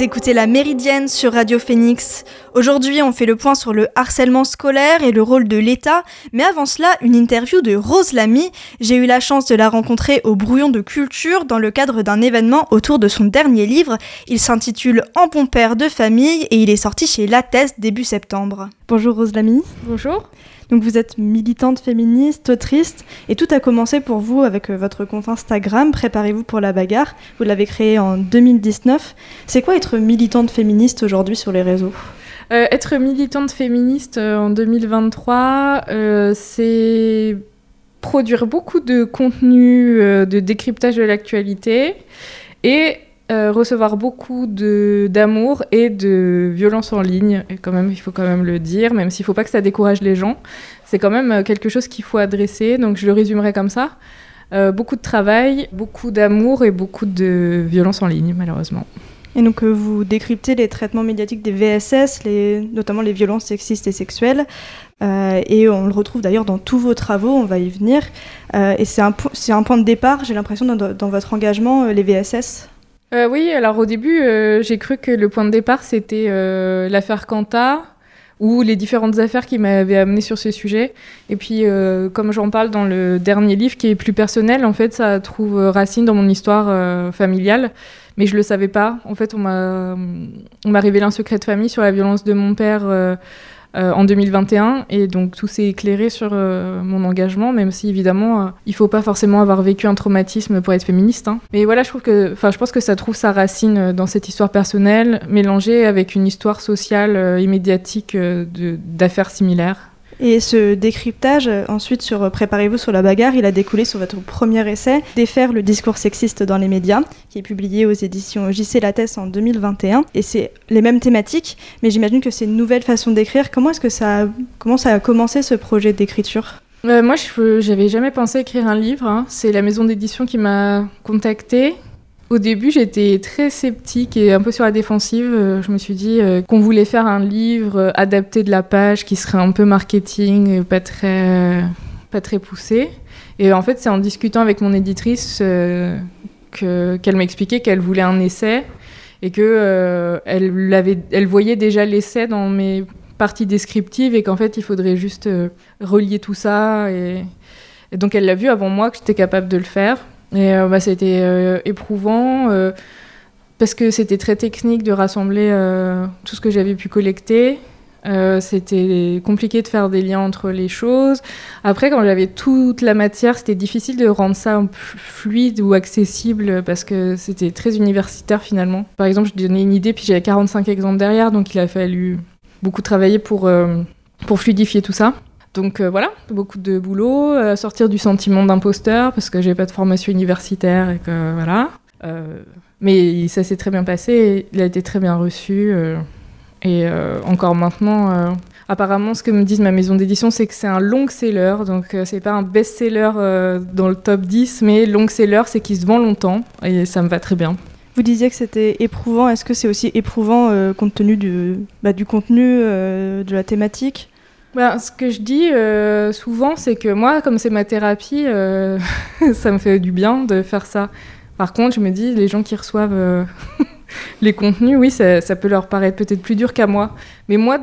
Vous écoutez La Méridienne sur Radio Phoenix. Aujourd'hui, on fait le point sur le harcèlement scolaire et le rôle de l'État. Mais avant cela, une interview de Rose Lamy. J'ai eu la chance de la rencontrer au Brouillon de Culture dans le cadre d'un événement autour de son dernier livre. Il s'intitule En bon père de famille et il est sorti chez Lattès début septembre. Bonjour Rose Lamy. Bonjour. Donc vous êtes militante féministe, autrice, et tout a commencé pour vous avec votre compte Instagram, Préparez-vous pour la bagarre. Vous l'avez créé en 2019. C'est quoi être militante féministe aujourd'hui sur les réseaux ? Être militante féministe en 2023, c'est produire beaucoup de contenu de décryptage de l'actualité et recevoir beaucoup d'amour et de violence en ligne. Et quand même, il faut quand même le dire, même s'il ne faut pas que ça décourage les gens. C'est quand même quelque chose qu'il faut adresser, donc je le résumerai comme ça. Beaucoup de travail, beaucoup d'amour et beaucoup de violence en ligne, malheureusement. Et donc vous décryptez les traitements médiatiques des VSS, notamment les violences sexistes et sexuelles, et on le retrouve d'ailleurs dans tous vos travaux, on va y venir. Et c'est un point de départ, j'ai l'impression, dans votre engagement, les VSS. Oui, alors au début, j'ai cru que le point de départ, c'était l'affaire Quanta ou les différentes affaires qui m'avaient amené sur ce sujet. Et puis, comme j'en parle dans le dernier livre, qui est plus personnel, en fait, ça trouve racine dans mon histoire familiale. Mais je ne le savais pas. En fait, on m'a révélé un secret de famille sur la violence de mon père en 2021. Et donc, tout s'est éclairé sur mon engagement, même si, évidemment, il ne faut pas forcément avoir vécu un traumatisme pour être féministe. Hein. Mais voilà, je pense que ça trouve sa racine dans cette histoire personnelle, mélangée avec une histoire sociale et médiatique d'affaires similaires. Et ce décryptage, ensuite, sur Préparez-vous sur la bagarre, il a découlé sur votre premier essai, Défaire le discours sexiste dans les médias, qui est publié aux éditions JC Lattès en 2021. Et c'est les mêmes thématiques, mais j'imagine que c'est une nouvelle façon d'écrire. Comment ça a commencé ce projet d'écriture ? Moi, j'avais jamais pensé écrire un livre. Hein. C'est la maison d'édition qui m'a contactée. Au début, j'étais très sceptique et un peu sur la défensive. Je me suis dit qu'on voulait faire un livre adapté de la page, qui serait un peu marketing, pas très poussé. Et en fait, c'est en discutant avec mon éditrice qu'elle m'a expliqué qu'elle voulait un essai et qu'elle voyait déjà l'essai dans mes parties descriptives et qu'en fait, il faudrait juste relier tout ça. Et donc, elle l'a vu avant moi que j'étais capable de le faire. Et ça a été éprouvant parce que c'était très technique de rassembler tout ce que j'avais pu collecter. C'était compliqué de faire des liens entre les choses. Après, quand j'avais toute la matière, c'était difficile de rendre ça fluide ou accessible parce que c'était très universitaire finalement. Par exemple, je donnais une idée puis j'avais 45 exemples derrière, donc il a fallu beaucoup travailler pour fluidifier tout ça. Donc voilà, beaucoup de boulot, sortir du sentiment d'imposteur parce que j'ai pas de formation universitaire et que voilà. Mais ça s'est très bien passé, il a été très bien reçu et encore maintenant. Apparemment, ce que me disent ma maison d'édition, c'est que c'est un long-seller, donc c'est pas un best-seller dans le top 10, mais long-seller, c'est qu'il se vend longtemps et ça me va très bien. Vous disiez que c'était éprouvant, est-ce que c'est aussi éprouvant compte tenu du contenu, de la thématique ? Ce que je dis souvent, c'est que moi, comme c'est ma thérapie, ça me fait du bien de faire ça. Par contre, je me dis, les gens qui reçoivent les contenus, oui, ça peut leur paraître peut-être plus dur qu'à moi. Mais moi,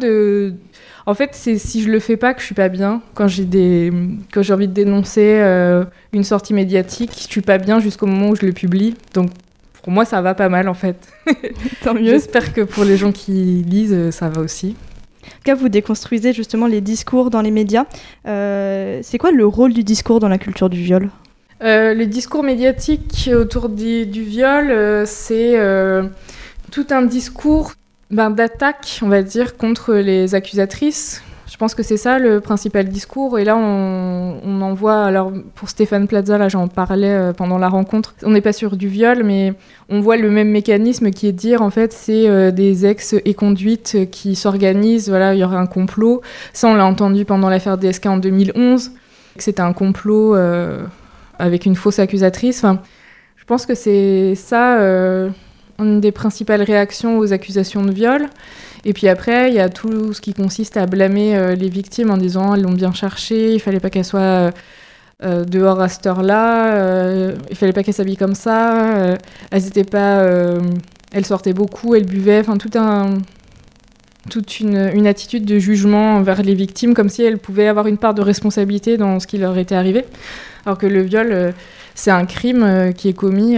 en fait, c'est si je le fais pas que je suis pas bien. Quand j'ai envie de dénoncer une sortie médiatique, je suis pas bien jusqu'au moment où je le publie. Donc, pour moi, ça va pas mal, en fait. Tant mieux. J'espère que pour les gens qui lisent, ça va aussi. En tout cas, vous déconstruisez justement les discours dans les médias. C'est quoi le rôle du discours dans la culture du viol ? Le discours médiatique autour du viol, c'est tout un discours d'attaque, on va dire, contre les accusatrices. Je pense que c'est ça le principal discours. Et là, on en voit, alors pour Stéphane Plaza, là j'en parlais pendant la rencontre, on n'est pas sur du viol, mais on voit le même mécanisme qui est de dire, en fait, c'est des ex-éconduites qui s'organisent, voilà, il y aurait un complot. Ça, on l'a entendu pendant l'affaire DSK en 2011, que c'était un complot avec une fausse accusatrice. Enfin, je pense que c'est ça une des principales réactions aux accusations de viol. Et puis après, il y a tout ce qui consiste à blâmer les victimes en disant elles l'ont bien cherché, il fallait pas qu'elles soient dehors à cette heure-là, il fallait pas qu'elles s'habillent comme ça, elles n'étaient pas Elle sortait beaucoup, elle buvait, enfin toute une attitude de jugement envers les victimes, comme si elles pouvaient avoir une part de responsabilité dans ce qui leur était arrivé. Alors que le viol, c'est un crime qui est commis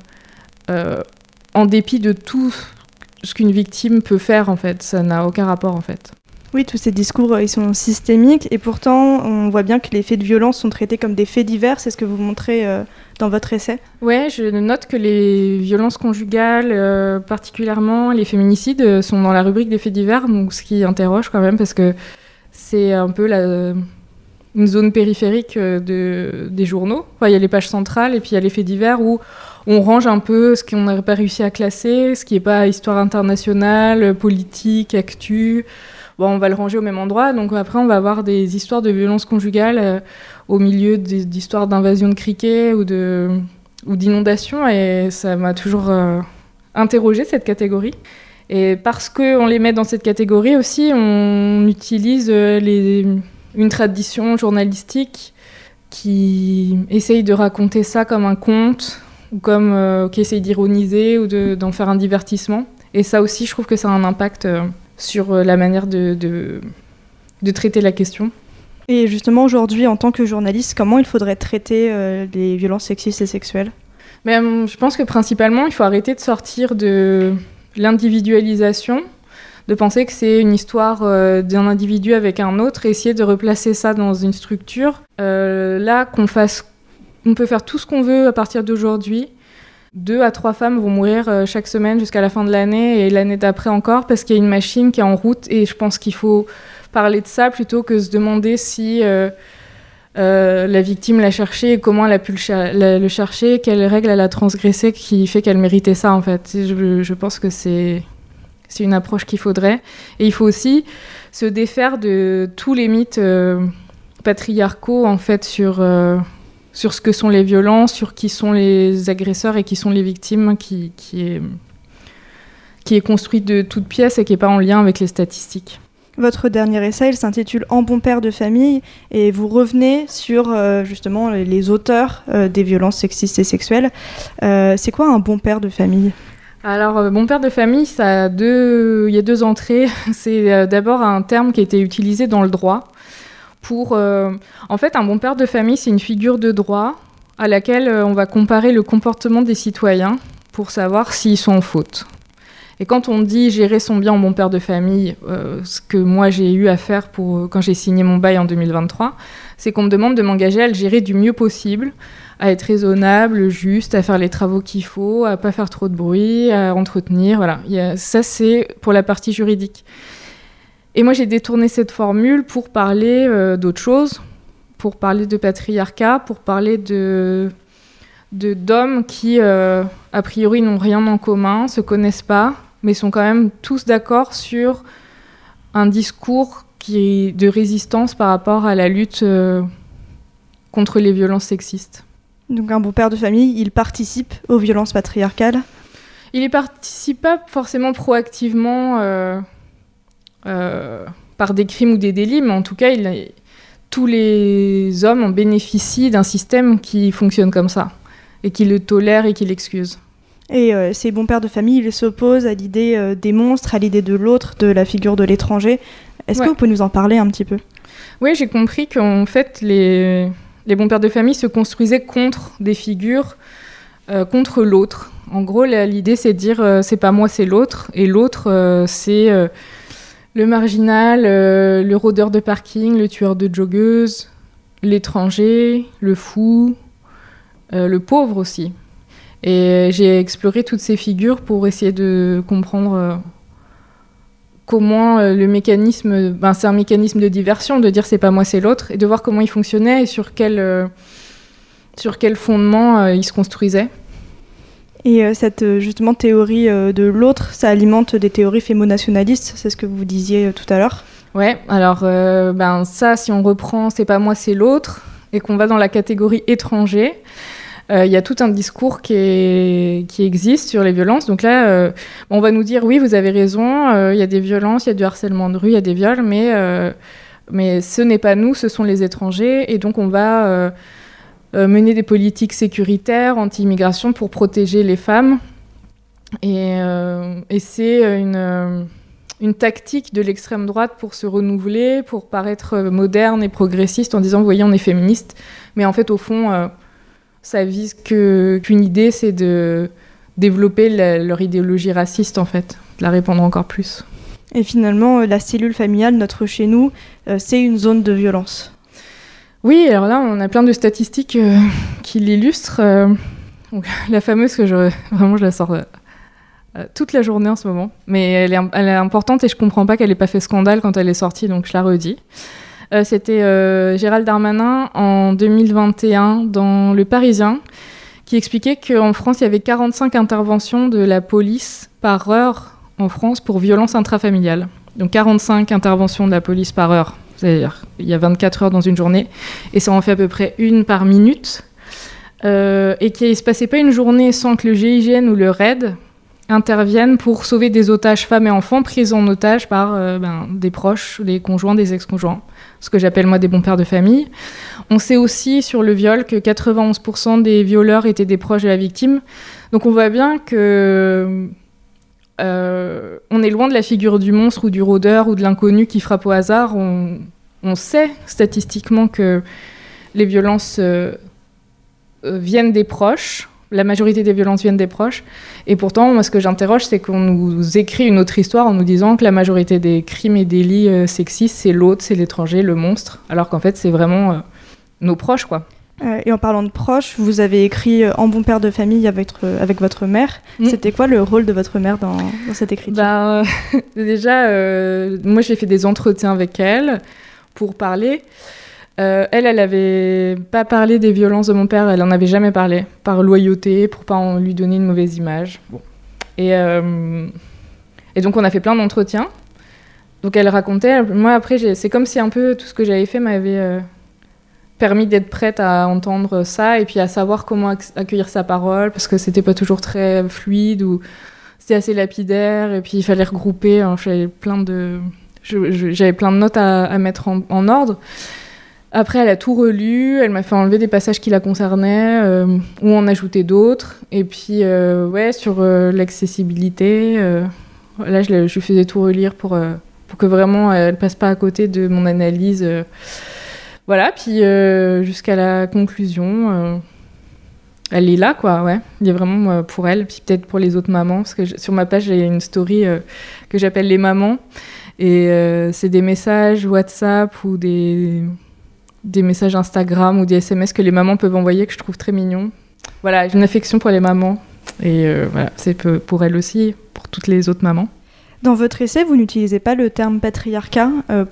en dépit de tout ce qu'une victime peut faire, en fait. Ça n'a aucun rapport, en fait. Oui, tous ces discours, ils sont systémiques et pourtant, on voit bien que les faits de violence sont traités comme des faits divers. C'est ce que vous montrez dans votre essai. Ouais, je note que les violences conjugales, particulièrement les féminicides, sont dans la rubrique des faits divers, donc ce qui interroge quand même, parce que c'est un peu une zone périphérique des journaux. Enfin, il y a les pages centrales et puis il y a les faits divers où on range un peu ce qu'on n'a pas réussi à classer, ce qui n'est pas histoire internationale, politique, actu. Bon, on va le ranger au même endroit, donc après on va avoir des histoires de violences conjugales au milieu d'histoires d'invasion de criquets ou d'inondations, et ça m'a toujours interrogée, cette catégorie. Et parce qu'on les met dans cette catégorie aussi, on utilise une tradition journalistique qui essaye de raconter ça comme un conte, ou qui essaye d'ironiser ou d'en faire un divertissement. Et ça aussi, je trouve que ça a un impact sur la manière de traiter la question. Et justement, aujourd'hui, en tant que journaliste, comment il faudrait traiter les violences sexistes et sexuelles ? Je pense que principalement, il faut arrêter de sortir de l'individualisation, de penser que c'est une histoire d'un individu avec un autre, et essayer de replacer ça dans une structure. Là, on peut faire tout ce qu'on veut à partir d'aujourd'hui. 2 à 3 femmes vont mourir chaque semaine jusqu'à la fin de l'année et l'année d'après encore parce qu'il y a une machine qui est en route, et je pense qu'il faut parler de ça plutôt que se demander si la victime l'a cherché et comment elle a pu le chercher, quelle règle elle a transgressée qui fait qu'elle méritait ça, en fait. Je pense que c'est une approche qu'il faudrait. Et il faut aussi se défaire de tous les mythes patriarcaux, en fait, sur ce que sont les violences, sur qui sont les agresseurs et qui sont les victimes, qui est construit de toutes pièces et qui n'est pas en lien avec les statistiques. Votre dernier essai, il s'intitule « En bon père de famille » et vous revenez sur justement les auteurs des violences sexistes et sexuelles. C'est quoi un bon père de famille ? Alors, bon père de famille, il y a 2 entrées. C'est d'abord un terme qui a été utilisé dans le droit. En fait, un bon père de famille, c'est une figure de droit à laquelle on va comparer le comportement des citoyens pour savoir s'ils sont en faute. Et quand on dit gérer son bien en bon père de famille, ce que moi j'ai eu à faire quand j'ai signé mon bail en 2023, c'est qu'on me demande de m'engager à le gérer du mieux possible, à être raisonnable, juste, à faire les travaux qu'il faut, à pas faire trop de bruit, à entretenir, voilà. Ça, c'est pour la partie juridique. Et moi, j'ai détourné cette formule pour parler d'autre chose, pour parler de patriarcat, pour parler d'hommes qui, a priori, n'ont rien en commun, se connaissent pas, mais sont quand même tous d'accord sur un discours de résistance par rapport à la lutte contre les violences sexistes. Donc un bon père de famille, il participe aux violences patriarcales ? Il y participe pas forcément proactivement par des crimes ou des délits, mais en tout cas, tous les hommes en bénéficient d'un système qui fonctionne comme ça, et qui le tolère et qui l'excuse. Et ces bons pères de famille, ils s'opposent à l'idée des monstres, à l'idée de l'autre, de la figure de l'étranger. Est-ce que vous pouvez nous en parler un petit peu ? Oui, j'ai compris qu'en fait, les bons pères de famille se construisaient contre des figures, contre l'autre. En gros, l'idée, c'est de dire c'est pas moi, c'est l'autre. Et l'autre, c'est le marginal, le rôdeur de parking, le tueur de joggeuses, l'étranger, le fou, le pauvre aussi. Et j'ai exploré toutes ces figures pour essayer de comprendre comment le mécanisme... c'est un mécanisme de diversion, de dire c'est pas moi, c'est l'autre, et de voir comment il fonctionnait et sur quel fondement il se construisait. Et cette justement théorie de l'autre, ça alimente des théories fémonationalistes, c'est ce que vous disiez tout à l'heure. Ouais, alors ça, si on reprend c'est pas moi, c'est l'autre, et qu'on va dans la catégorie étranger, il y a tout un discours qui existe sur les violences. Donc là, on va nous dire oui, vous avez raison, il y a des violences, il y a du harcèlement de rue, il y a des viols, mais ce n'est pas nous, ce sont les étrangers, et donc on va mener des politiques sécuritaires, anti-immigration pour protéger les femmes Et c'est une tactique de l'extrême droite pour se renouveler, pour paraître moderne et progressiste en disant, vous voyez, on est féministe. Mais en fait, au fond, ça vise qu'une idée, c'est de développer leur idéologie raciste, en fait, de la répandre encore plus. Et finalement, la cellule familiale, notre chez nous, c'est une zone de violence. Oui, alors là, on a plein de statistiques qui l'illustrent. Donc, la fameuse que je la sors toute la journée en ce moment. Mais elle est importante et je comprends pas qu'elle ait pas fait scandale quand elle est sortie, donc je la redis. C'était Gérald Darmanin en 2021 dans Le Parisien qui expliquait qu'en France, il y avait 45 interventions de la police par heure en France pour violence intrafamiliale. Donc 45 interventions de la police par heure. C'est-à-dire il y a 24 heures dans une journée et ça en fait à peu près une par minute. Et qu'il ne se passait pas une journée sans que le GIGN ou le RAID interviennent pour sauver des otages femmes et enfants pris en otage par des proches, des conjoints, des ex-conjoints. Ce que j'appelle moi des bons pères de famille. On sait aussi sur le viol que 91% des violeurs étaient des proches de la victime. Donc on voit bien que on est loin de la figure du monstre ou du rôdeur ou de l'inconnu qui frappe au hasard. On sait statistiquement que les violences viennent des proches. La majorité des violences viennent des proches. Et pourtant, moi, ce que j'interroge, c'est qu'on nous écrit une autre histoire en nous disant que la majorité des crimes et délits sexistes, c'est l'autre, c'est l'étranger, le monstre. Alors qu'en fait, c'est vraiment nos proches, quoi. Et en parlant de proches, vous avez écrit En bon père de famille avec votre mère. C'était quoi le rôle de votre mère dans cette écriture ? Déjà, moi, j'ai fait des entretiens avec elle pour parler. Elle avait pas parlé des violences de mon père, elle en avait jamais parlé, par loyauté, pour pas lui donner une mauvaise image. Bon. Et donc on a fait plein d'entretiens. Donc elle racontait, moi après, c'est comme si un peu tout ce que j'avais fait m'avait permis d'être prête à entendre ça et puis à savoir comment accueillir sa parole, parce que c'était pas toujours très fluide ou c'était assez lapidaire et puis il fallait regrouper. Hein, j'avais plein de notes à mettre en ordre. Après, elle a tout relu, elle m'a fait enlever des passages qui la concernaient, ou en ajouter d'autres. Et puis, sur l'accessibilité, là, je lui faisais tout relire pour que vraiment, elle passe pas à côté de mon analyse. Voilà, puis jusqu'à la conclusion, elle est là, quoi, ouais. Il y a vraiment pour elle, puis peut-être pour les autres mamans, parce que sur ma page, j'ai une story que j'appelle les mamans. Et c'est des messages WhatsApp ou des messages Instagram ou des SMS que les mamans peuvent envoyer que je trouve très mignons. Voilà, j'ai une affection pour les mamans. Et voilà, c'est pour elles aussi, pour toutes les autres mamans. Dans votre essai, vous n'utilisez pas le terme patriarcat. Pourquoi ?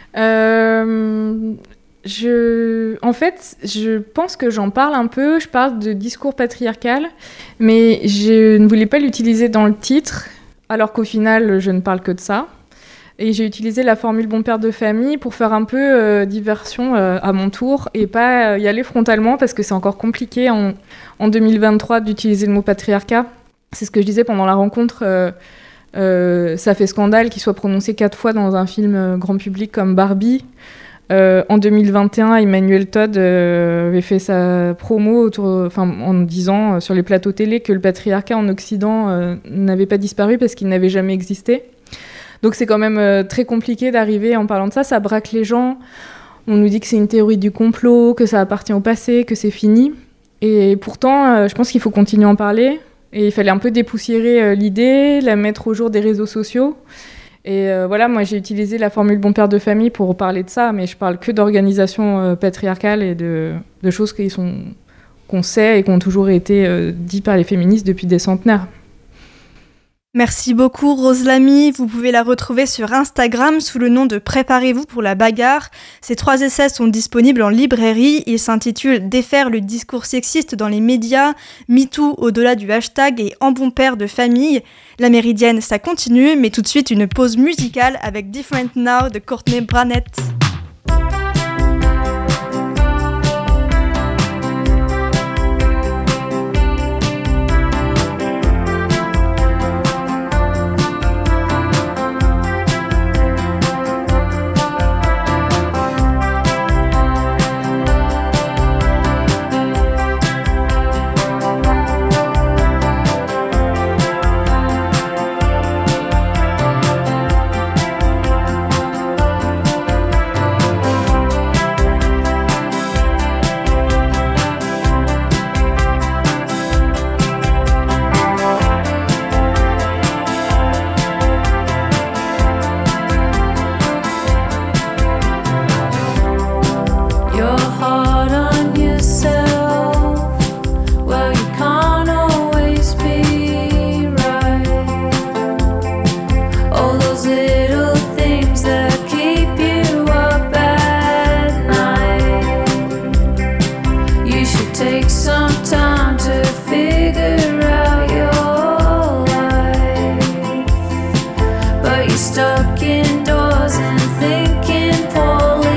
En fait, je pense que j'en parle un peu. Je parle de discours patriarcal, mais je ne voulais pas l'utiliser dans le titre, alors qu'au final, je ne parle que de ça. Et j'ai utilisé la formule bon père de famille pour faire un peu diversion à mon tour et pas y aller frontalement parce que c'est encore compliqué en 2023 d'utiliser le mot patriarcat. C'est ce que je disais pendant la rencontre. Ça fait scandale qu'il soit prononcé 4 fois dans un film grand public comme Barbie. En 2021, Emmanuel Todd avait fait sa promo en disant sur les plateaux télé que le patriarcat en Occident n'avait pas disparu parce qu'il n'avait jamais existé. Donc c'est quand même très compliqué d'arriver en parlant de ça. Ça braque les gens. On nous dit que c'est une théorie du complot, que ça appartient au passé, que c'est fini. Et pourtant, je pense qu'il faut continuer à en parler. Et il fallait un peu dépoussiérer l'idée, la mettre au jour des réseaux sociaux. Et voilà, moi j'ai utilisé la formule bon père de famille pour parler de ça, mais je parle que d'organisations patriarcales et de choses qu'on sait et qui ont toujours été dites par les féministes depuis des centenaires. Merci beaucoup Rose Lamy, vous pouvez la retrouver sur Instagram sous le nom de Préparez-vous pour la bagarre. Ces 3 essais sont disponibles en librairie, ils s'intitulent Défaire le discours sexiste dans les médias, MeToo au-delà du hashtag et En bon père de famille. La Méridienne, ça continue, mais tout de suite une pause musicale avec Different Now de Courtney Barnett. stuck indoors and thinking poorly.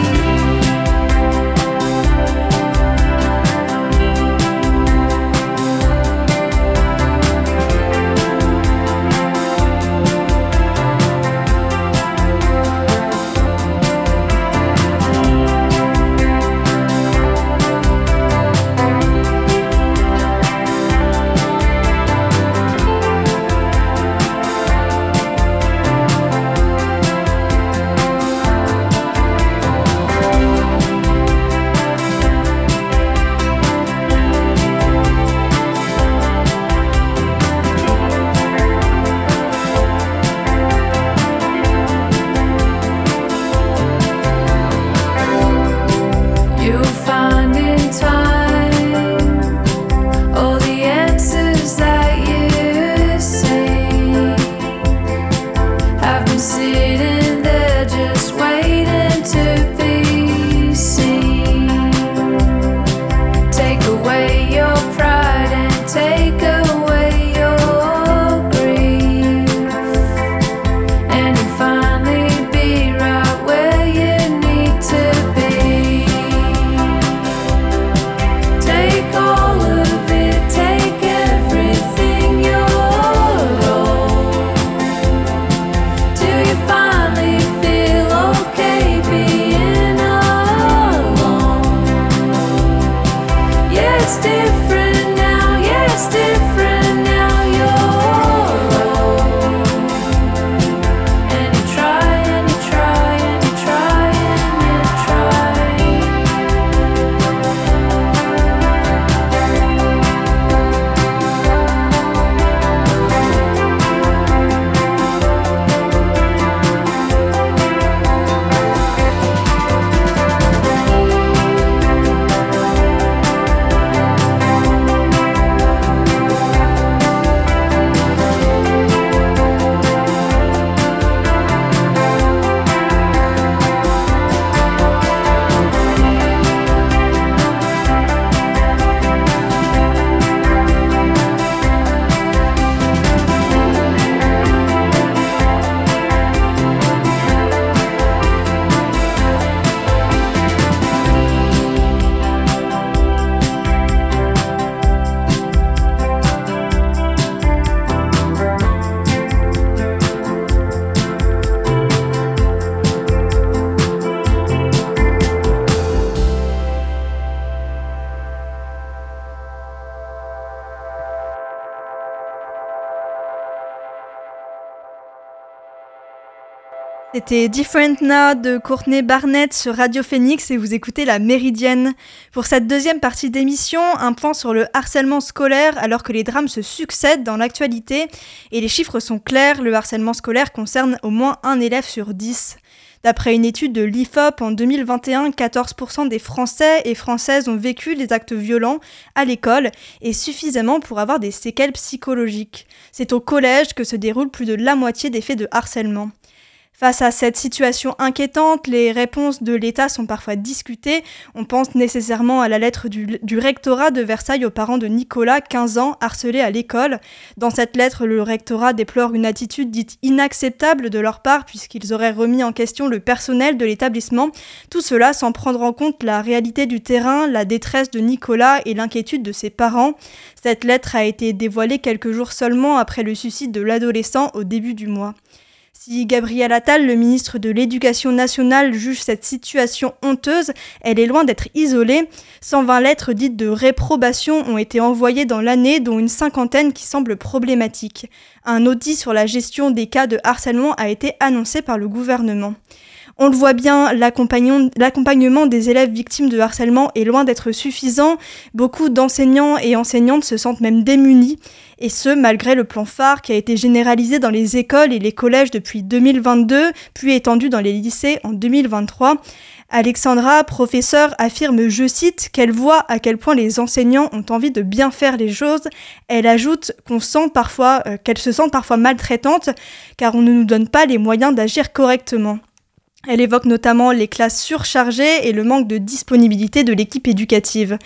C'était Different Now de Courtney Barnett sur Radio Phoenix et vous écoutez La Méridienne. Pour cette deuxième partie d'émission, un point sur le harcèlement scolaire alors que les drames se succèdent dans l'actualité. Et les chiffres sont clairs, le harcèlement scolaire concerne au moins un élève sur 10. D'après une étude de l'IFOP, en 2021, 14% des Français et Françaises ont vécu des actes violents à l'école et suffisamment pour avoir des séquelles psychologiques. C'est au collège que se déroule plus de la moitié des faits de harcèlement. Face à cette situation inquiétante, les réponses de l'État sont parfois discutées. On pense nécessairement à la lettre du rectorat de Versailles aux parents de Nicolas, 15 ans, harcelé à l'école. Dans cette lettre, le rectorat déplore une attitude dite inacceptable de leur part puisqu'ils auraient remis en question le personnel de l'établissement. Tout cela sans prendre en compte la réalité du terrain, la détresse de Nicolas et l'inquiétude de ses parents. Cette lettre a été dévoilée quelques jours seulement après le suicide de l'adolescent au début du mois. Si Gabriel Attal, le ministre de l'Éducation nationale, juge cette situation honteuse, elle est loin d'être isolée. 120 lettres dites de réprobation ont été envoyées dans l'année, dont une cinquantaine qui semblent problématiques. Un audit sur la gestion des cas de harcèlement a été annoncé par le gouvernement. On le voit bien, l'accompagnement des élèves victimes de harcèlement est loin d'être suffisant. Beaucoup d'enseignants et enseignantes se sentent même démunis, et ce, malgré le plan phare qui a été généralisé dans les écoles et les collèges depuis 2022, puis étendu dans les lycées en 2023. Alexandra, professeure, affirme, je cite, qu'elle voit à quel point les enseignants ont envie de bien faire les choses. Elle ajoute qu'elle se sent parfois maltraitante, car on ne nous donne pas les moyens d'agir correctement. Elle évoque notamment les classes surchargées et le manque de disponibilité de l'équipe éducative.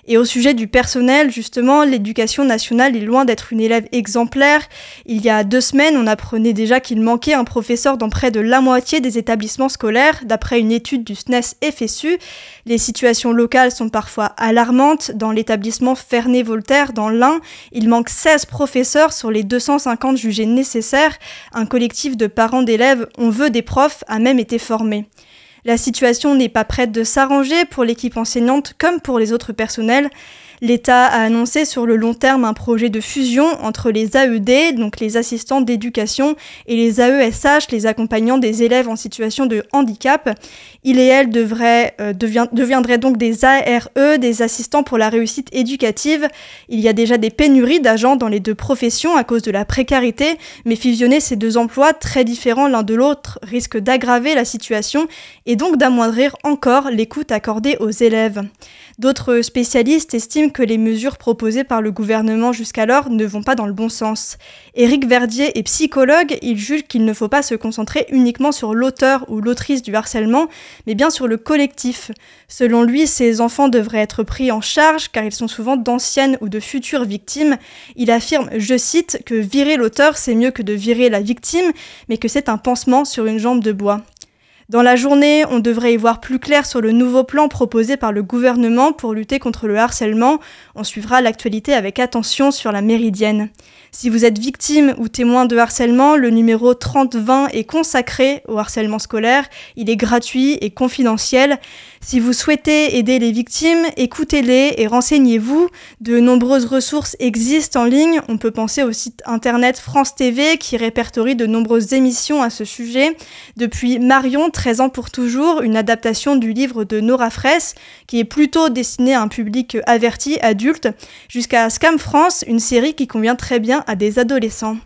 Et au sujet du personnel, justement, l'éducation nationale est loin d'être une élève exemplaire. Il y a 2 semaines, on apprenait déjà qu'il manquait un professeur dans près de la moitié des établissements scolaires, d'après une étude du SNES-FSU. Les situations locales sont parfois alarmantes. Dans l'établissement Ferney-Voltaire, dans l'Ain, il manque 16 professeurs sur les 250 jugés nécessaires. Un collectif de parents d'élèves « On veut des profs » a même été formé. La situation n'est pas prête de s'arranger pour l'équipe enseignante comme pour les autres personnels. L'État a annoncé sur le long terme un projet de fusion entre les AED, donc les assistants d'éducation, et les AESH, les accompagnants des élèves en situation de handicap. Ils et elles deviendraient donc des ARE, des assistants pour la réussite éducative. Il y a déjà des pénuries d'agents dans les 2 professions à cause de la précarité, mais fusionner ces 2 emplois très différents l'un de l'autre risque d'aggraver la situation et donc d'amoindrir encore l'écoute accordée aux élèves. D'autres spécialistes estiment que les mesures proposées par le gouvernement jusqu'alors ne vont pas dans le bon sens. Éric Verdier est psychologue, il juge qu'il ne faut pas se concentrer uniquement sur l'auteur ou l'autrice du harcèlement, mais bien sur le collectif. Selon lui, ces enfants devraient être pris en charge car ils sont souvent d'anciennes ou de futures victimes. Il affirme, je cite, que virer l'auteur c'est mieux que de virer la victime, mais que c'est un pansement sur une jambe de bois. Dans la journée, on devrait y voir plus clair sur le nouveau plan proposé par le gouvernement pour lutter contre le harcèlement. On suivra l'actualité avec attention sur la Méridienne. Si vous êtes victime ou témoin de harcèlement, le numéro 3020 est consacré au harcèlement scolaire. Il est gratuit et confidentiel. Si vous souhaitez aider les victimes, écoutez-les et renseignez-vous. De nombreuses ressources existent en ligne. On peut penser au site internet France TV qui répertorie de nombreuses émissions à ce sujet. Depuis Marion, 13 ans pour toujours, une adaptation du livre de Nora Fraisse, qui est plutôt destinée à un public averti, adulte, jusqu'à Scam France, une série qui convient très bien à des adolescents.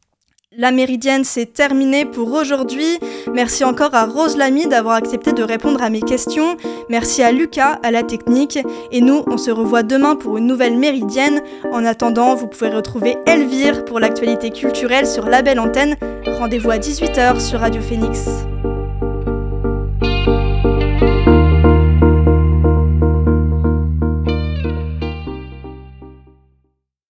La Méridienne, c'est terminé pour aujourd'hui. Merci encore à Rose Lamy d'avoir accepté de répondre à mes questions. Merci à Lucas, à la technique. Et nous, on se revoit demain pour une nouvelle Méridienne. En attendant, vous pouvez retrouver Elvire pour l'actualité culturelle sur la belle antenne. Rendez-vous à 18h sur Radio Phoenix.